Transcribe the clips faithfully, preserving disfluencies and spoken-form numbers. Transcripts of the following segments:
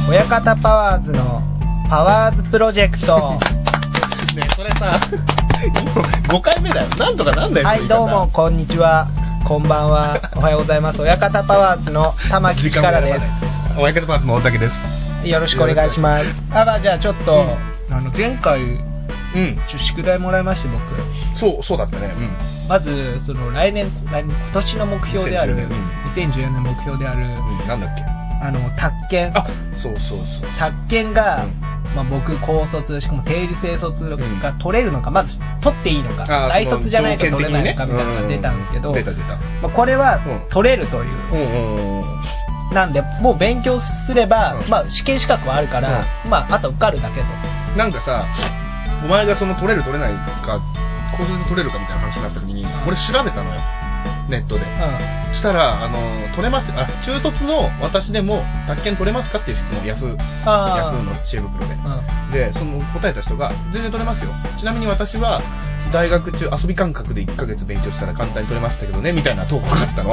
親方パワーズのパワーズプロジェクトねえそれさごかいめだよ。なんとかなんだよ。 はいどうもこんにちはこんばんはおはようございます。親方パワーズの玉木力です。 親方パワーズの大竹です。 よろしくお願いします。あまあじゃあちょっと、うん、あの前回うん宿題もらいまして僕。 そうそうだったね。うん、 まずその来年来年今年の目標であるにせんじゅうよねんの目標である、 うん、なんだっけあの宅建。 あそうそうそう宅建が、うんまあ、僕高卒しかも定時制卒が取れるのか、うん、まず取っていいのか大卒じゃないと取れないのかみたいなのが出たんですけど、 出た出た、 まあ、これは取れるという、うんうん、なんでもう勉強すれば、うんまあ、試験資格はあるから、うんまあ、あと受かるだけと。 なんかさお前がその取れる取れないか高卒で取れるかみたいな話になった時に俺調べたのよネットで、うん、したらあの取れますあ中卒の私でも宅建取れますかっていう質問ヤフーヤフーの知恵袋で、うん、でその答えた人が全然取れますよ、ちなみに私は大学中遊び感覚でいっかげつ勉強したら簡単に取れましたけどねみたいな投稿があったの、うん、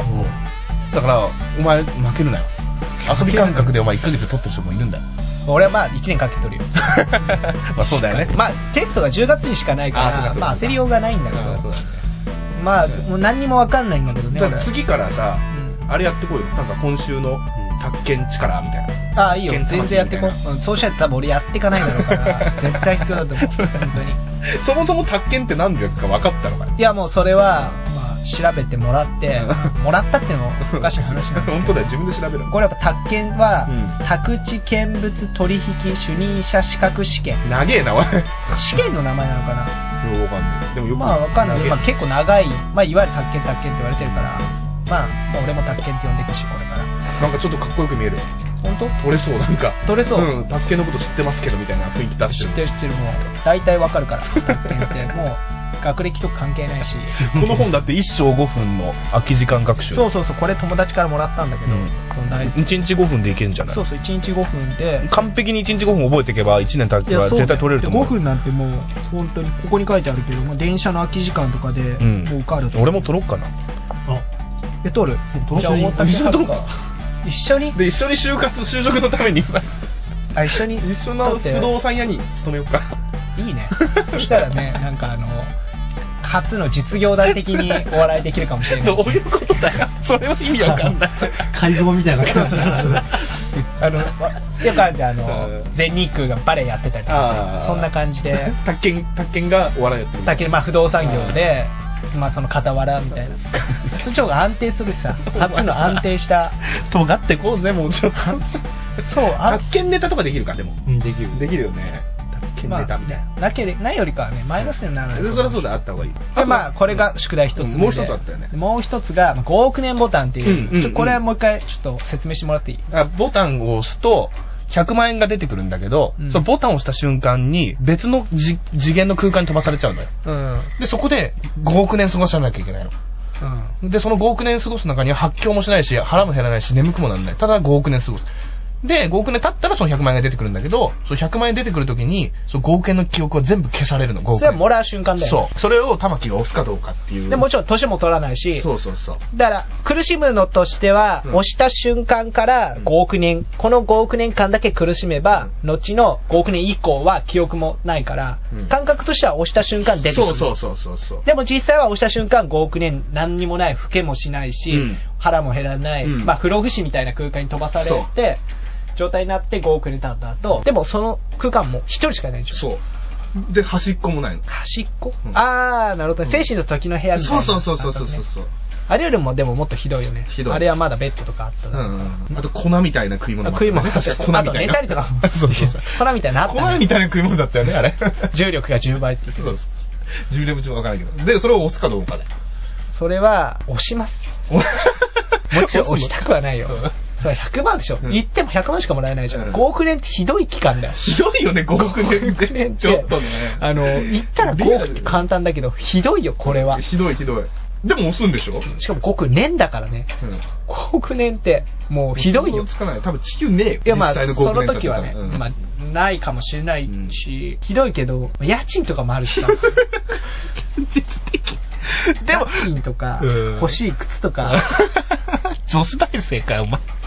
だからお前負けるなよ遊び感覚でお前いっかげつ取ってる人もいるんだよ。 俺はまあいちねんかけて取るよまあそうだよね。 まあテストがじゅうがつにしかないからまあ焦りようがないんだけど、そうだね。まあもう何にも分かんないんだけどね。 じゃあ次からさ、うん、あれやってこいよ。なんか今週の宅建力みたいな。 ああいいよ全然やってこう、うん、そうしないと多分俺やっていかないだろうから絶対必要だと思う本当にそもそも宅建って何でやるか分かったのか。 いやもうそれはまあ調べてもらってもらったっていうのもおかしい話なんですけど本当だよ自分で調べる。 これやっぱ宅建は、うん、宅地建物取引主任者資格試験。 長えなおい試験の名前なのかな。 わかんない。でもよくまあわかんない。まあ結構長い、まあいわゆる宅建宅建って言われてるから、まあ、まあ俺も宅建って呼んでいくしこれから。 なんかちょっとかっこよく見える。 本当？ 取れそうなんか。 取れそう。 うん。宅建のこと知ってますけどみたいな雰囲気出してる。 知ってる知ってるもう大体わかるから宅建ってもう学歴とか関係ないし。 この本だっていっ章ごふんの空き時間学習。 そうそうそうこれ友達からもらったんだけど、うん、その大いちにちごふんでいけるんじゃない。 そうそういちにちごふんで完璧にいちにちごふん覚えていけばいちねん経っては絶対取れると思う。 ごふんなんてもう本当にここに書いてあるけど、まあ、電車の空き時間とかでもう受かると、 うん、俺も取ろっかな。 あえ取るじゃあ思った一緒に取ろうか。 一緒にで一緒に就活就職のためにさあ一緒に一緒の不動産屋に勤めようか。 いいねそしたらねなんかあの初の実業団的にお笑いできるかもしれない。 どういうことだよそれは意味わかんない会合みたいなそうそうそうあのよくあるじゃんあの全日空がバレエやってたりとかそんな感じで宅建宅建がお笑いやってる。 宅建まあ不動産業でまあその傍らみたいなそっちの方が安定するしさ初の安定した尖ってこうぜもうちょっとそう宅建ネタとかできるかでも、うん、できるできるよね宅建ネタみたいな、まあ、 なけれないよりかはねマイナスにならない。 そりゃそうだあった方がいい。 でまあこれが宿題一つ目で、うん、 もう一つあったよね。 もう一つがごおく年ボタンっていう、うんうんうん、ちょこれはもう一回ちょっと説明してもらっていい？ あボタンを押すとひゃくまんえんが出てくるんだけど、うん、そのボタンを押した瞬間に別の次元の空間に飛ばされちゃうのよ、うん、でそこでごおく年過ごさなきゃいけないの、うん、でそのごおく年過ごす中には発狂もしないし腹も減らないし眠くもならない。ただごおく年過ごす。でごおく年経ったらそのひゃくまんえんが出てくるんだけど、そのひゃくまんえん出てくるときにそのごおくえんの記憶は全部消されるの。ごおくえんそれはもらう瞬間だよね。 そうそれを玉木が押すかどうかっていう。 でもちろん年も取らないし、 そうそうそうだから苦しむのとしては、うん、押した瞬間からごおく年、うん、このごおく年間だけ苦しめば、うん、後のごおく年以降は記憶もないから、うん、感覚としては押した瞬間出てくる。 そうそうそうそう。 でも実際は押した瞬間ごおく年何にもない、老けもしないし、うん、腹も減らない、うん、まあ不老不死みたいな空間に飛ばされて状態になってごおく年経った後、でもその空間も一人しかいないでしょ。 そうで端っこもないの。 端っこ、うん、あーなるほど、うん、精神の時の部屋みたいな。 そうそうそうそうそうそう。 あれよりもでももっとひどいよね。ひどい。あれはまだベッドとかあったら、 うんうん、あと粉みたいな食い物もあった、ね、食い物確か粉みたいな。 あと寝たりとかそうそう粉みたいなあった、ね、 粉みたいな食い物だったよねあれ重力がじゅうばいって言って。 そうそう重力値も分からないけど、でそれを押すかどうかで。 それは押しますもちろん押したくはないよそれひゃくまんでしょ、うん、言ってもひゃくまんしかもらえないじゃん、うん、ごおく年ってひどい期間だよ。 ひどいよねごおく年ごおく年ってちょっとねあの言ったらごおくって簡単だけどひどいよこれは。 ひどいひどい。でも押すんでしょ。 しかもごおく年だからね、うん、ごおく年ってもうひどいよ。 つかない多分地球ねえよ。 いやまあその時はね、うんまあ、ないかもしれないし、うん、ひどいけど家賃とかもあるしさ現実的でも家賃とか欲しい靴とか女子大生かよお前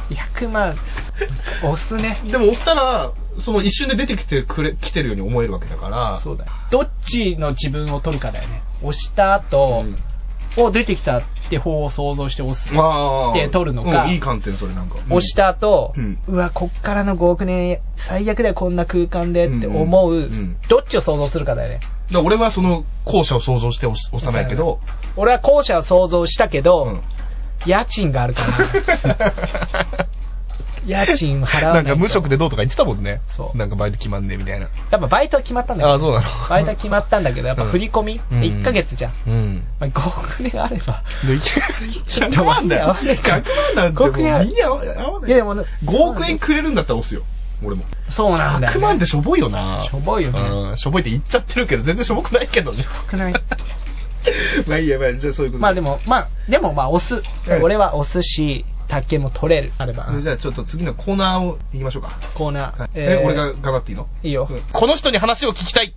ひゃくまん、押すね。 でも押したら、その一瞬で出てきてくれ、来てるように思えるわけだから。 そうだよ。どっちの自分を取るかだよね。押した後、うんお、出てきたって方を想像して押すって取るのか、 うん、いい観点それなんか、うん、 押した後、うん、うわこっからのごおくねん最悪だよこんな空間でって思う、うんうん、どっちを想像するかだよね。 だから俺はその後者を想像して押さないけど、 俺は後者を想像したけど、うん、家賃があるから家賃払わないと。 なんか無職でどうとか言ってたもんね。そう。なんかバイト決まんねえみたいな。 やっぱバイトは決まったんだけど。 ああ、そうなの。 バイトは決まったんだけど、やっぱ振り込み、うん、いっかげつじゃん。 うん。 まあ、ごおくねんあれば。 ちょっと待って。ひゃくまんなんてもうみんな合わない。いやでもごおくえんくれるんだったら押すよ。俺も。 そうなんだよ、ね。 ひゃくまんってしょぼいよな。 しょぼいよね。 うん。しょぼいって言っちゃってるけど、全然しょぼくないけどね。 しょぼくない。 まあいいや、まあじゃあそういうこと。 まあでも、まあ、でもまあ押す。俺は押すし、卓球も取れる。あれば。 じゃあちょっと次のコーナーを行きましょうか。 コーナー。はい、 えー、俺が頑張っていいの？ いいよ、 うん。この人に話を聞きたい。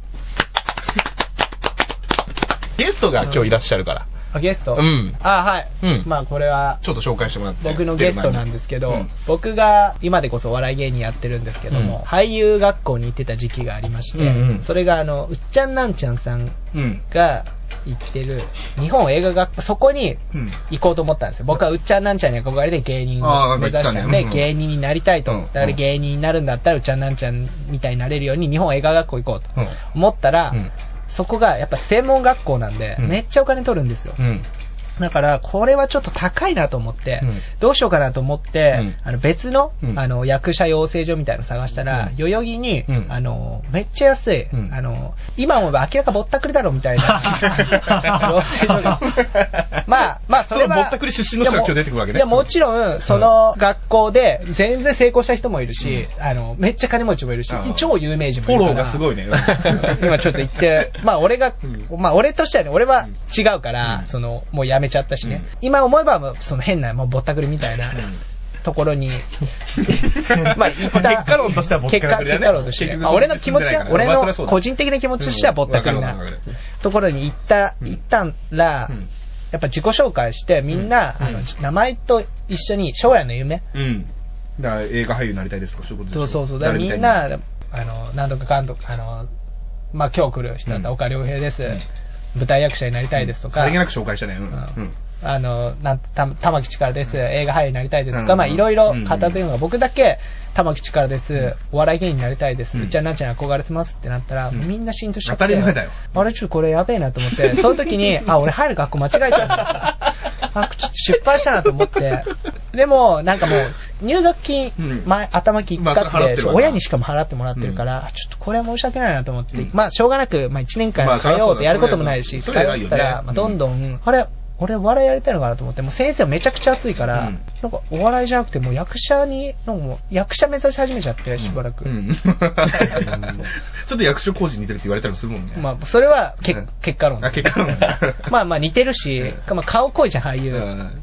ゲストが今日いらっしゃるから。 あ、ゲスト？ うん。 あ、はい。 うん。 まあこれは。 ちょっと紹介してもらって。 僕のゲストなんですけど、うん、僕が今でこそお笑い芸人やってるんですけども、うん、俳優学校に行ってた時期がありまして、うんうん、それがあの、うっちゃんなんちゃんさんが行ってる日本映画学校、そこに行こうと思ったんですよ。僕はうっちゃんなんちゃんに憧れて芸人を目指したんで、芸人になりたいと。だから芸人になるんだったらうっちゃんなんちゃんみたいになれるように日本映画学校行こうと思ったら、そこがやっぱ専門学校なんで、めっちゃお金取るんですよ。だから、これはちょっと高いなと思って、うん、どうしようかなと思って、うん、あの別の、うん、あの役者養成所みたいなの探したら、うん、代々木に、うん、あのめっちゃ安い、うん、あの今思えば明らかぼったくりだろみたいな養成所がまあまあそれはそのぼったくり出身の人が今日出てくるわけね。 いやもちろんその学校で全然成功した人もいるし、うん、あのめっちゃ金持ちもいるし、超有名人もいるから。 フォローがすごいね。 今ちょっと言ってまあ俺が、うん、まあ俺としてはね俺は違うから、うん、そのもうやめちゃったしね、うん、今思えばその変なもうぼったくりみたいなところにまあ行った結果論としてはぼったくりだね。 結果論として、ね、まあ、俺の気持ちは俺の個人的な気持ちとしてはぼったくりなところに行った行ったら、うん、やっぱ自己紹介してみんな、うん、あの名前と一緒に将来の夢、 うん、だから映画俳優になりたいですとかそういうことですか。 そうそうそう。だからみんなあの何度かかんとかあのまあ今日来る人だったら岡良平です。うん、舞台役者になりたいですとか。 さりげなく紹介したね。うん。うん、 あの、なん、た、玉木力です。映画俳優になりたいですとか、うん、まあいろいろ語ってるのが、僕だけ、玉木力です。お笑い芸人になりたいです。うっちゃんなんちゃんに憧れてますってなったら、うん、みんな浸透しちゃって。 当たり前だよ。 あれちょっとこれやべえなと思って、その時に、あ、俺入る学校間違えたんだ。あ、ちょっと失敗したなと思って。でも、なんかもう、入学金、前、頭金かって、まあ、親にしかも払ってもらってるから、うん、ちょっとこれは申し訳ないなと思って、うん、まあ、しょうがなく、まあ、いちねんかん通おうとやることもないし、通ったら、まあ、どんどん、あれ、俺お笑いやりたいのかなと思って、もう先生はめちゃくちゃ熱いから、うん、なんかお笑いじゃなくてもう役者に、なんかもう役者目指し始めちゃって、しばらく。うんうん、ちょっと役所工事似てるって言われたりもするもんね。 まあ、それはけ、うん、結果論。 あ、結果論。 まあまあ似てるし、まあ、顔濃いじゃん、俳優。うん、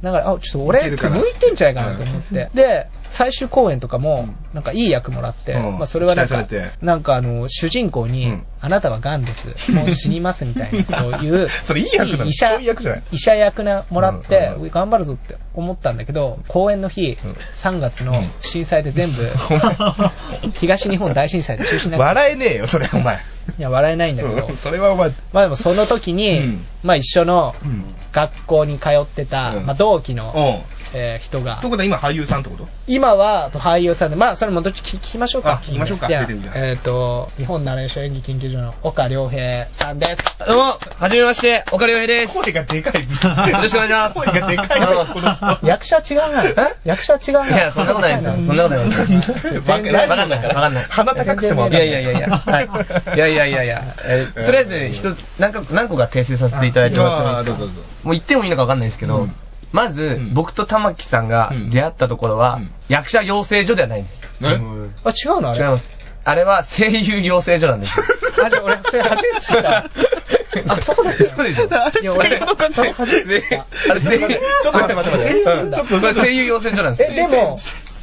だから、あ、ちょっと俺、向いてんじゃないかなと思って。うん、で、最終公演とかも、なんかいい役もらって、うん、まあそれはなんか、なんかあの、主人公に、うん、あなたは癌です。もう死にますみたいなことを言う。 それいい役だね。 医者、医者役な、もらって、うん、頑張るぞって思ったんだけど、公演の日、うん、さんがつの震災で全部、うん、東日本大震災で中止になった。 笑えねえよ、それお前。いや、笑えないんだけど。 それはお前。 まあでもその時に、うん、まあ一緒の学校に通ってた、うん、まあ同期の、うんえー、人が。 どこだ今俳優さんってこと？ 今は俳優さんで、まあそれもどっち聞きましょうか。 聞きましょうか。 じゃあ、えっ、ー、と、日本ナレーション演技研究所の岡良平さんです。 どうも、はじめまして、岡良平です。 声がでかい。 よろしくお願いします。 声がでかい。この役者違うな。え役者違うな。 いや、そんなことないですよ。そんなことないですよ。わかんないから、わかんない。 鼻高くしてもわかんない。 いやいやいやいや。はい。いやいやいやいや。えー、とりあえず、一つ、何個、何個か訂正させていただいてもらってもいいですか？もう言ってもいいのかわかんないですけど、うんまず、うん、僕と玉木さんが出会ったところは、うん、役者養成所ではないんです。 うん、あ、違うのあれ？ 違います。あれは声優養成所なんです。 あれ、俺、それ初めて知った。あ、そうだよ。 そうでしょ。いや、俺、それ初めて知った。あれ、声優、ちょっと待って待って待って。ちょっと、声優養成所なんです。 え、でも、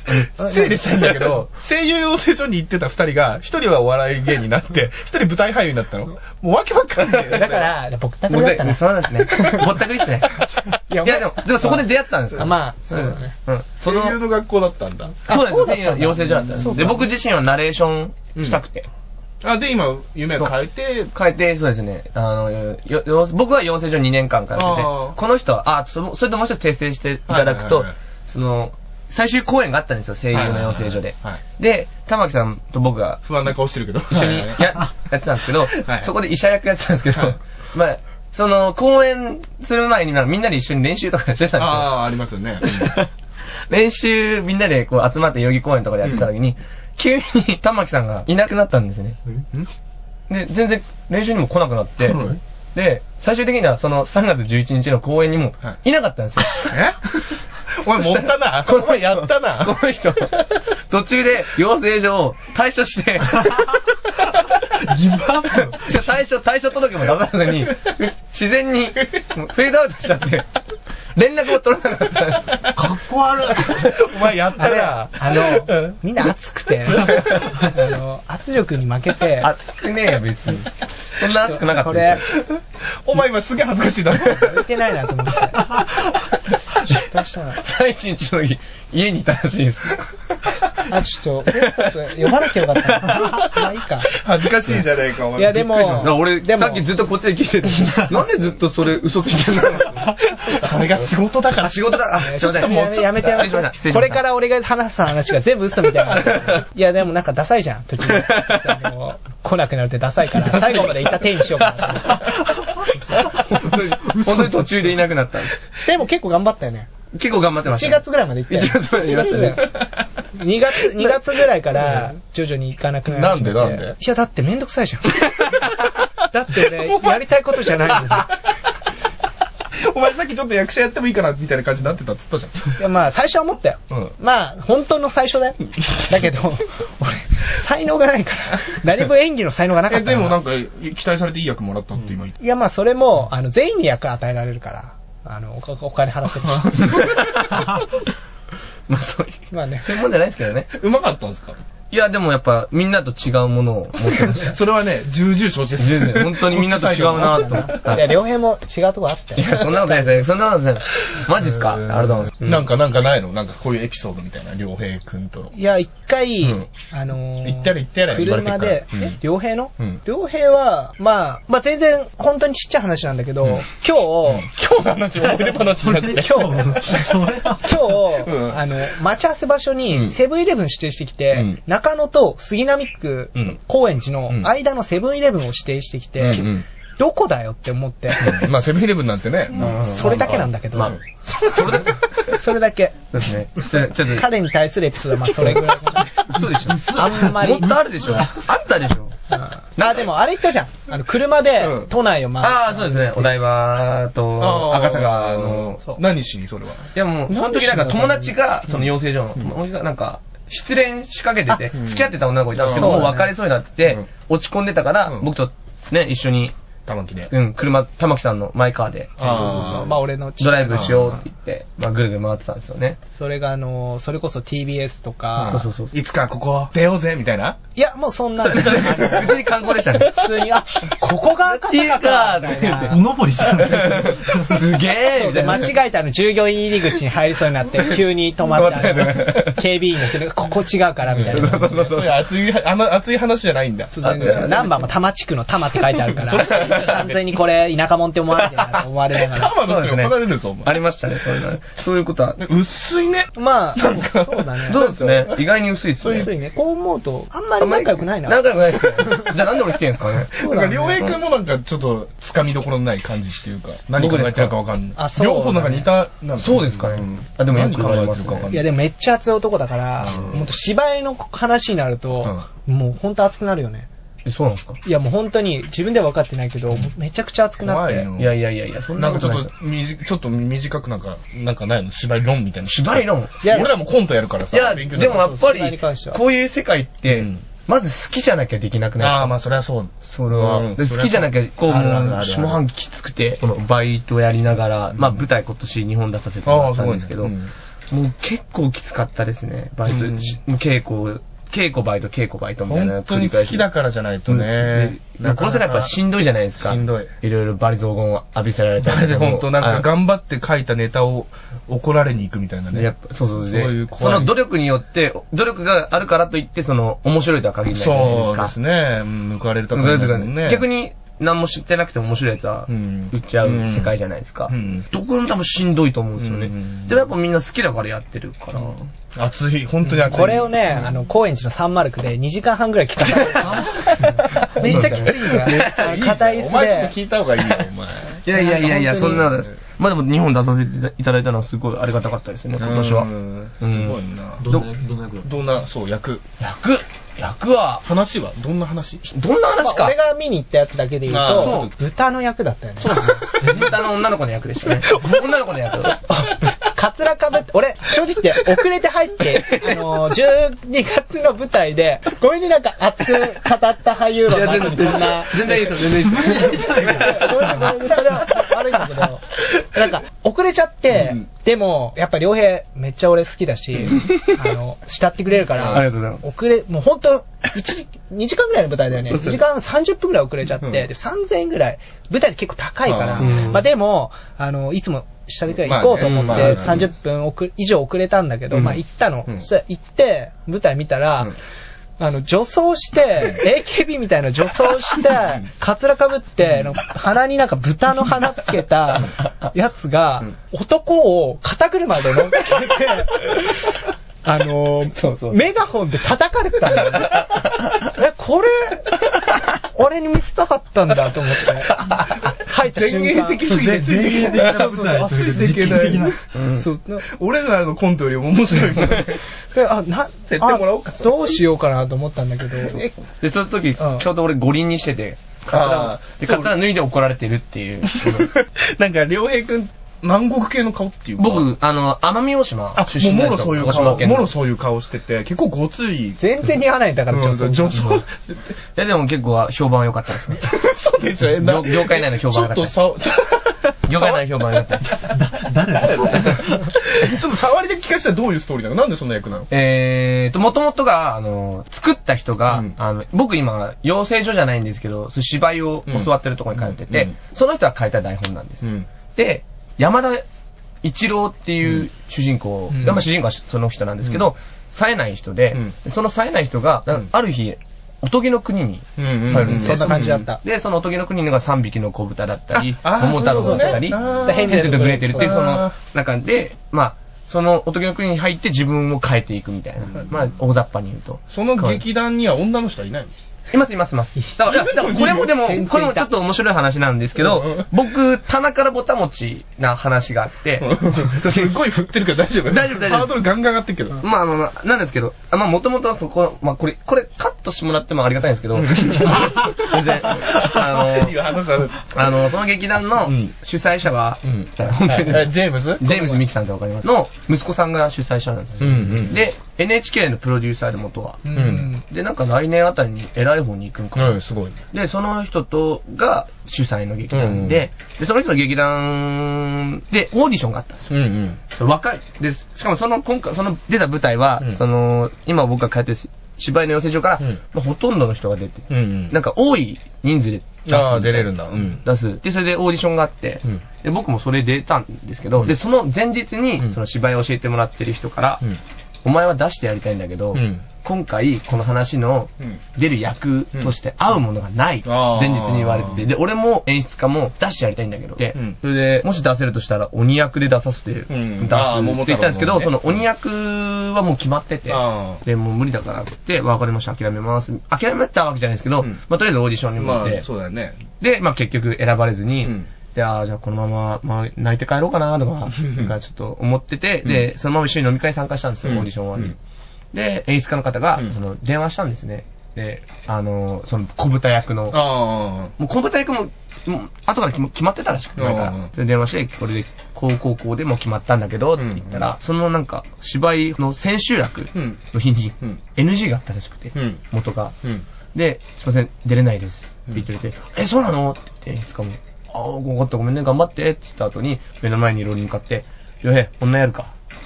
整理したいんだけど、声優養成所に行ってた二人が、一人はお笑い芸人になって、一人舞台俳優になったの。もうわけわかんない。 だから、ぼったくりだったな。 そうなんですね。ぼったくりっすね。いや、でも、でもそこで出会ったんですか？ まあ、そうだね。 うん。声優の学校だったんだ。 そうです、声優養成所だったんです。で、僕自身はナレーションしたくて。 あ、で、今、夢を変えて、 変えて、そうですね。あの、よ、僕は養成所にねんかん通ってて、この人は、あ、それともう一つ訂正していただくと、その、最終公演があったんですよ、声優の養成所で。で、玉木さんと僕が、 不安な顔してるけど、 一緒にややってたんですけど、そこで医者役やってたんですけど、まあ、その、公演する前にみんなで一緒に練習とかしてたんですよ。 ああ、ありますよね。 練習、みんなでこう集まって代々木公園とかでやってた時に、急に玉木さんがいなくなったんですね。で、全然練習にも来なくなって、で、最終的にはそのさんがつじゅういちにちの公演にもいなかったんですよ。 えお前持ったな。この前やったな。 この人、途中で養成所を退所して、 ギブアップ退所、退所届も出さずに、自然にフェードアウトしちゃって、連絡も取らなかった。 かっこ悪い。 お前やったら、 あの、みんな熱くて、あの、圧力に負けて。 熱くねえよ、別に。そんな熱くなかったですよ。 これ、お前今すげえ恥ずかしいだろ。 向いてないなと思って。失敗したな。 最一日の時、家にいたらしいです。 あ、ちょっと、呼ばなきゃよかったな。まあいいか。 恥ずかしいじゃねえか、お前。 いやでも、 俺、さっきずっとこっちで聞いてる。なんでずっとそれ嘘ついてんの？ それが仕事だから。 仕事だ。 あ、ちょっともうやめてやめて。これから俺が話す話が全部嘘みたいな。いやでもなんかダサいじゃん、途中で。来なくなるってダサいから、最後までいた手にしようかな。 本当に途中でいなくなったんです。 でも結構頑張ったよね。 結構頑張ってました。 いちがつぐらいまで行って。 いちがつまでいましたね。 にがつ、にがつぐらいから徐々に行かなくなる。 なんでなんで？ いやだってめんどくさいじゃん。だってね、やりたいことじゃないのに。 お前さっきちょっと役者やってもいいかなみたいな感じになってたっつったじゃん。 いやまあ最初は思ったよ。うん、まあ本当の最初だよ。だけど、俺、才能がないから、何分演技の才能がなかったから。 でもなんか期待されていい役もらったって今言って。 いやまあそれも、あの全員に役与えられるから、あの、お, お金払ってるし。 まあそういう。 まあね。 専門じゃないですけどね。 うまかったんですか？ いや、でもやっぱ、みんなと違うものを持ってました。 それはね、重々承知です。 本当にみんなと違うなと思って。 いや、両平も違うとこあったよ。 いや、そんなことないですね。そんなことないですね。マジっすか？ありがとうございます。 なんか、なんかないの？なんかこういうエピソードみたいな、両平くんと。 いや、一回、あのー、行ったら行ったら車で、え、両平の両平は、まあ、まあ全然、本当にちっちゃい話なんだけど、今日、 今日の話、思い出話になって。 今日、今日、あの、待ち合わせ場所にセブンイレブン指定してきて、中野と杉並区、高円寺の間のセブンイレブンを指定してきて、どこだよって思って。 まあセブンイレブンなんてね。 それだけなんだけど。 それだけそれだけ。 ですね。ちょっと彼に対するエピソードはまあそれぐらいかな。 そうでしょ。 あんまり。 もっとあるでしょ。あったでしょ。 あ、でもあれ言ったじゃん。あの、車で都内を回る。 ああ、そうですね。お台場と赤坂の。 何しにそれは。 いやもう、その時なんか友達が、その養成所の、友達がなんか、失恋しかけてて、付き合ってた女の子いたんですけど、もう別れそうになってて、落ち込んでたから、僕とね、一緒に、 玉木で。 うん、車、玉木さんのマイカーで。 そうそうそう。まあ俺のドライブしようって言って、まあぐるぐる回ってたんですよね。 それがあの、それこそ ティービーエス とか、 そうそうそう。いつかここ出ようぜみたいな。 いや、もうそんな。 普通に観光でしたね。 普通に、あ、ここがっていうか、 おのぼりさんすげえみたいな。 間違えたの従業員入り口に入りそうになって、急に止まった。警備員の人が、ここ違うからみたいな。 そうそうそう。熱い、熱い話じゃないんだ。 ナンバーも多摩地区の多摩って書いてあるから、完全にこれ、田舎者って思われてるなと思われながら。 多摩の人怒られるぞ、お前。 ありましたね、そういうの。そういうことは。 薄いね。 まあ、そうだね。 そうですね。意外に薄いっすね。 薄いね。こう思うと、あんまり仲良くないな。 仲良くないっすね。じゃあなんで俺来てんすかね。 なんか、良平くんもなんかちょっと、つかみどころのない感じっていうか、何考えてるかわかんない。 あ、そう。 両方なんか似た、 そうですかね。あ、でも何考えてるかわかんない。 いや、でもめっちゃ熱い男だから、もっと芝居の話になると、もうほんと熱くなるよね。 え、そうなんですか？ いやもう本当に自分では分かってないけど、めちゃくちゃ熱くなって。 いやいやいやいや、そんなことない。 なんかちょっと、ちょっと短くなんか、なんかないの芝居論みたいな。 芝居論？ いや、俺らもコントやるからさ。 いや、でもやっぱり、こういう世界って、まず好きじゃなきゃできなくないですか？ ああ、まあそれはそう。 それは。好きじゃなきゃ、こう、下半期きつくて、バイトやりながら、まあ舞台今年日本出させてもらったんですけど、 もう結構きつかったですね、バイト。うん、稽古、稽古バイト、稽古バイトみたいな。 本当に好きだからじゃないとね。 うん、この世代やっぱしんどいじゃないですか。 しんどい。 いろいろバリ雑言を浴びせられたり。 本当なんか頑張って書いたネタを怒られに行くみたいなね。 やっぱそうそうそういうその努力によって、努力があるからといって、その面白いとは限らないじゃないですか。 そうですね。報われるとかね。 逆に、何も知ってなくても面白いやつは売っちゃう世界じゃないですか。うん、どこも多分しんどいと思うんですよね。うん、でもやっぱみんな好きだからやってるから。 熱い、本当に熱い。 これをね、あの、高円寺のサンマルクでにじかんはんぐらい聞かせた。めっちゃきついんだよ。硬いっすね。 お前ちょっと聞いた方がいいよ、お前。 いやいやいやいや、そんなのです。まあでも日本出させていただいたのはすごいありがたかったですね、今年は。 すごいな。 どんな役どんな、そう、役。 役役は、 話はどんな話どんな話か。 俺が見に行ったやつだけで言うと、豚の役だったよね。 そうですね。豚の女の子の役でしたね。女の子の役。 カツラかぶって、俺、正直言って遅れて入って、あの、じゅうにがつの舞台で、ごめんね、なんか熱く語った俳優の中にそんな。 全然いいですよ、全然いいですよ。 ごめんね、ごめんね、それは悪いんだけど、なんか、遅れちゃって、うん、でも、やっぱ良平めっちゃ俺好きだし、あの、慕ってくれるから、 ありがとうございます。 遅れ、もうほんと、いちじ、にじかんぐらいの舞台だよね。いちじかんさんじゅっぷんぐらい遅れちゃって、うん、で、さんぜんえんぐらい、舞台で結構高いから、うん、まあでも、あの、いつも下でくらい行こうと思って、さんじゅっぷん以上遅れたんだけど、うん、まあ行ったの。うん、そしたら行って、舞台見たら、うん、あの、女装して、エーケービー みたいな女装して、カツラかぶって、鼻になんか豚の鼻つけたやつが、男を肩車で乗っけて、あのー、そうそうメガホンで叩かれてたんだよね。え、これ、俺に見せたかったんだと思って。入った瞬間。 前衛的すぎて、前衛的な舞台。実験的な。俺らのコントよりも面白いですよね。 あ、な、設定もらおうか。どうしようかなと思ったんだけど。 で、その時、ちょうど俺五輪にしてて、カツラ、で、カツラ脱いで怒られてるっていう。 なんか、良平くん、南国系の顔っていうか。 僕、あの、奄美大島出身なんですよ。もろそういう顔。もろそういう顔してて、結構ごつい。 全然似合わないんだから、女装。 女装。いや、でも結構評判良かったですね。 そうでしょ、 業界内の評判良かった。ちょっとさ、業界内の評判良かった。 誰だちょっと触りで聞かせたらどういうストーリーなの？なんでそんな役なの？ えーと、もともとが、あの、作った人が、あの、僕今、養成所じゃないんですけど、芝居を教わってるところに通ってて、その人が書いた台本なんです。で、山田一郎っていう主人公、うん、まあ主人公はその人なんですけど、うん、冴えない人で、うん、その冴えない人が、うん、ある日、おとぎの国に入るんです。 そんな感じだった。 で、そのおとぎの国がさんびきの子豚だったり、桃太郎だったり、ヘンゼルとグレーテルっていうその中で、まあ、そのおとぎの国に入って自分を変えていくみたいな。まあ、大雑把に言うと。 その劇団には女の人はいないの？ いますいますいます。だから、だからこれもでも、これもちょっと面白い話なんですけど、僕、棚からぼたもちな話があって、 すっごい振ってるから大丈夫？ 大丈夫大丈夫。 ハードルガンガン上がってるけど。 まあまあまあ、なんですけど、まあもともとそこ、まあこれ、これカットしてもらってもありがたいんですけど、全然、あの、あの、その劇団の主催者は、 本当に、ジェームズジェームズミキさんってわかりますの息子さんが主催者なんですよ。で、エヌエイチケー のプロデューサーで元は。で、なんか来年あたりに偉い方に行くんかな。 うん、すごい。 で、その人とが主催の劇団で、うん、で、その人の劇団でオーディションがあったんですよ。うんうん、若い。で、しかもその、今回、その出た舞台は、うん、その、今僕が通ってる芝居の養成所から、うんまあ、ほとんどの人が出て、うんうん、なんか多い人数で出す。ああ、出れるんだ。うん。 出す。で、それでオーディションがあって、うん、で僕もそれ出たんですけど、うん、で、その前日に、その芝居を教えてもらってる人から、うんお前は出してやりたいんだけど、うん、今回この話の出る役として合うものがない、うん、前日に言われてて、で、俺も演出家も出してやりたいんだけど、で、うん、それで、もし出せるとしたら鬼役で出させて、うん、出すって言ったんですけど、ね、その鬼役はもう決まってて、で、もう無理だからって言って、わかりました、諦めます。諦めたわけじゃないですけど、うん、まあ、とりあえずオーディションに向いて、 まあ、そうだよね。 で、まあ、結局選ばれずに、うんで、ああ、じゃあこのまま、まあ、泣いて帰ろうかなとか、なんかちょっと思ってて、で、そのまま一緒に飲み会参加したんですよ、オーディション終わりに。で、演出家の方が、その、電話したんですね。で、あの、その、小豚役の、もう小豚役も、もう後から決まってたらしくて、なんか、それ電話して、これで、こうこうこうでもう決まったんだけど、って言ったら、そのなんか、芝居の千秋楽の日に、エヌジー があったらしくて、元が。で、すいません、出れないです。って言ってて、え、そうなのって言って、演出家も、ああ、ごかった、ごめんね、頑張って、って言った後に、目の前にいる俺に向かって、よへ、女やるか。って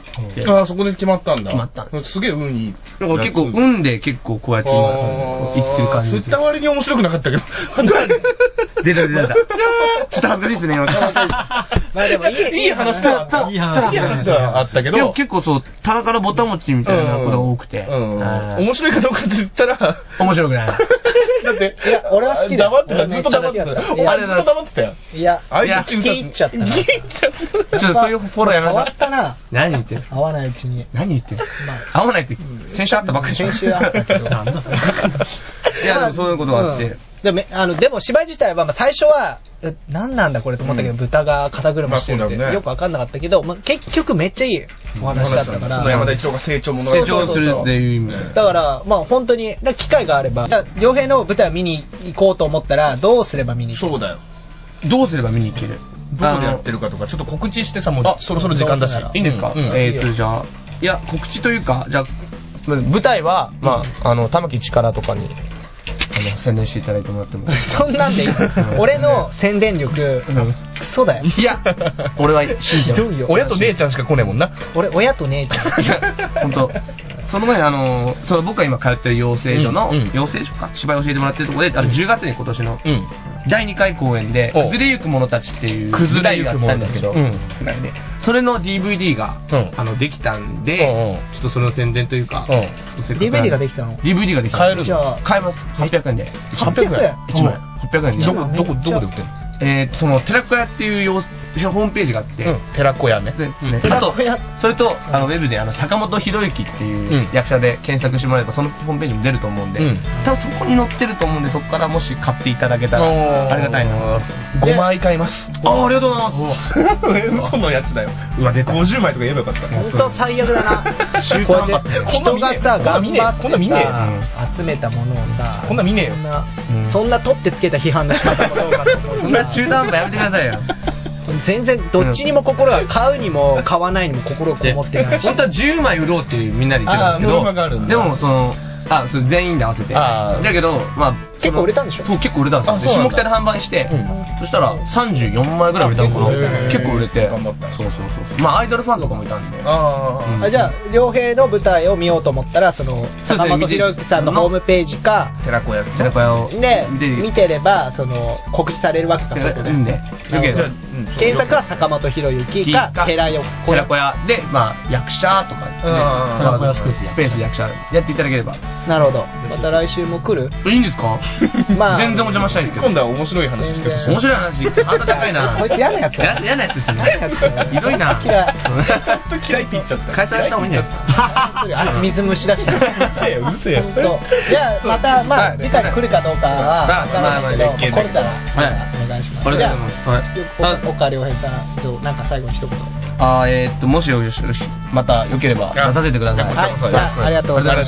ああ、そこで決まったんだ。 決まったんです。 すげえ運いい。 結構、運で結構こうやって今、言ってる感じです。 振った割に面白くなかったけど。 出た出た出た。ちょっと恥ずかしいですね、今。 まあでもいい、 いい話ではあった。いい話ではあったけど。 でも結構そう、棚からぼたもちみたいなことが多くて。 面白いかどうかって言ったら、 面白くない。 だって、いや、 俺は好きだよ。 黙ってた。ずっと黙ってた。お前ずっと黙ってたよ。 いや、 あいつ聞いちゃったな。 聞いちゃった。 ちょっとそういうフォローやめましょう。 変わったな。 何言ってんすか？ 合わないうちに。 何言ってんすか？合わないって、先週あったばっかりでしょ。 先週あったけど。なんだそれ。 いや、でもそういうことがあって。 でも、あの、でも芝居自体は、まあ最初は、何なんだこれと思ったけど、豚が肩車してるってよくわかんなかったけど、結局めっちゃいいお話だったから。 その山田一郎が成長物成長するっていう意味だから、まあ本当に、機会があれば、良平の舞台を見に行こうと思ったら、どうすれば見に行ける？ そうだよ。 どうすれば見に行ける？ どこでやってるかとか、ちょっと告知してさ、もうそろそろ時間だし。 いいんですか？えっと、じゃあ、いや、告知というか、じゃあ、舞台は、まあ、あの、玉木力とかに、あの、宣伝していただいてもらっても。 そんなんでいい俺の宣伝力、クソだよ。 いや、俺は信じてます。 親と姉ちゃんしか来ねえもんな。 俺、親と姉ちゃん。 いや、ほんと。その前にあの、その僕が今通ってる養成所の、養成所か芝居教えてもらってるところで、あの、じゅうがつに今年の、だいにかい公演で、崩れゆく者たちっていう舞台をやったんですけど、それの ディーブイディー が、あの、できたんで、ちょっとその宣伝というか、 ディーブイディー ができたの？ ディーブイディー ができた。 買えるの？ 買えます。はっぴゃくえんで。 はっぴゃくえん？ いちまい。はっぴゃくえんで。 どこ、どこ、どこで売ってんの？ えー、その、寺子屋っていうホームページがあって、 寺子屋ね。 あと、それと、あの、ウェブで、あの、坂本博之っていう役者で検索してもらえば、そのホームページも出ると思うんで、多分そこに載ってると思うんで、そこからもし買っていただけたら、ありがたいな。 ごまい買います。 ああ、ありがとうございます。 嘘のやつだよ。 うわ、出た。 ごじゅうまいとか言えばよかった。 ほんと最悪だな。 週刊バスで。 人がさ、頑張ってこんな見ねえよ。 集めたものをさ、 こんな見ねえよ。 そんな取ってつけた批判の仕方もどうかと思う。 そんな中途半端やめてくださいよ。 全然どっちにも心が、買うにも買わないにも心がこもってないし。 本当はじゅうまい売ろうってみんなで言ってたんですけど、でもその、あ、それ全員で合わせて。だけど、まあ、 結構売れたんでしょ？ そう、結構売れたんですよ。下北で販売して、そしたらさんじゅうよんまいぐらい売れたのかな。結構売れて。そうそうそうそう。まあ、アイドルファンとかもいたんで。 ああ。じゃあ、良平の舞台を見ようと思ったら、その、坂本博之さんのホームページか、 寺子屋寺子屋を。 で、見てれば、その、告知されるわけか、そこで。 うんで。 検索は坂本博之か、寺子屋で、まあ、役者とか、寺子屋スペース。スペース役者やっていただければ。 なるほど。また来週も来る？ いいんですか？まあ、全然お邪魔したいですけど。 今度は面白い話してほしい。 面白い話、温かいな。 こいつ嫌なやつだ。 嫌なやつですね。ひどいな。 嫌い。 ほんと嫌いって言っちゃった。 解散した方がいいんじゃないですか？ 足水虫だし。うるせえよ、うるせえよ。 じゃあ、また、まあ、次回来るかどうかは、 まあまあ、 来れたら、お願いします。 ありがとうございます。 岡良平さん、なんか最後に一言。 あー、えーっと、もしよし、また良ければ出させてください。 はい、ありがとうございました。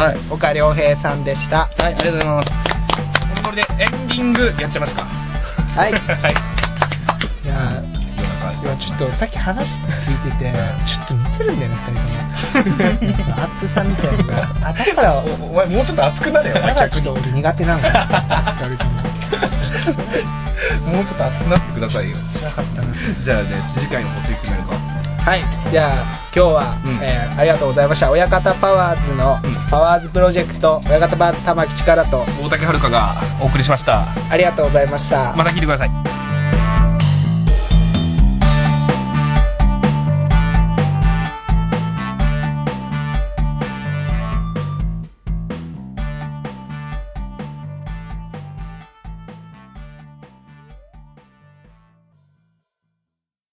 岡良平さんでした。 はい、ありがとうございます。 これでエンディングやっちゃいますか。 はい。はい。いやいやちょっとさっき話聞いてて、ちょっと似てるんだよね、二人とも。熱さみたいな。あ、だから、 お前もうちょっと熱くなれよ、 だからちょっと俺苦手なんだよ、二人とも。 もうちょっと熱くなってくださいよ。 辛かったな。 じゃあね、次回の放送いつになるか。 はい、じゃあ今日は、うんえー、ありがとうございました。親方パワーズの、うん、パワーズプロジェクト親方パワーズ玉木力と大竹遥がお送りしました。 ありがとうございました。 また聞いてください。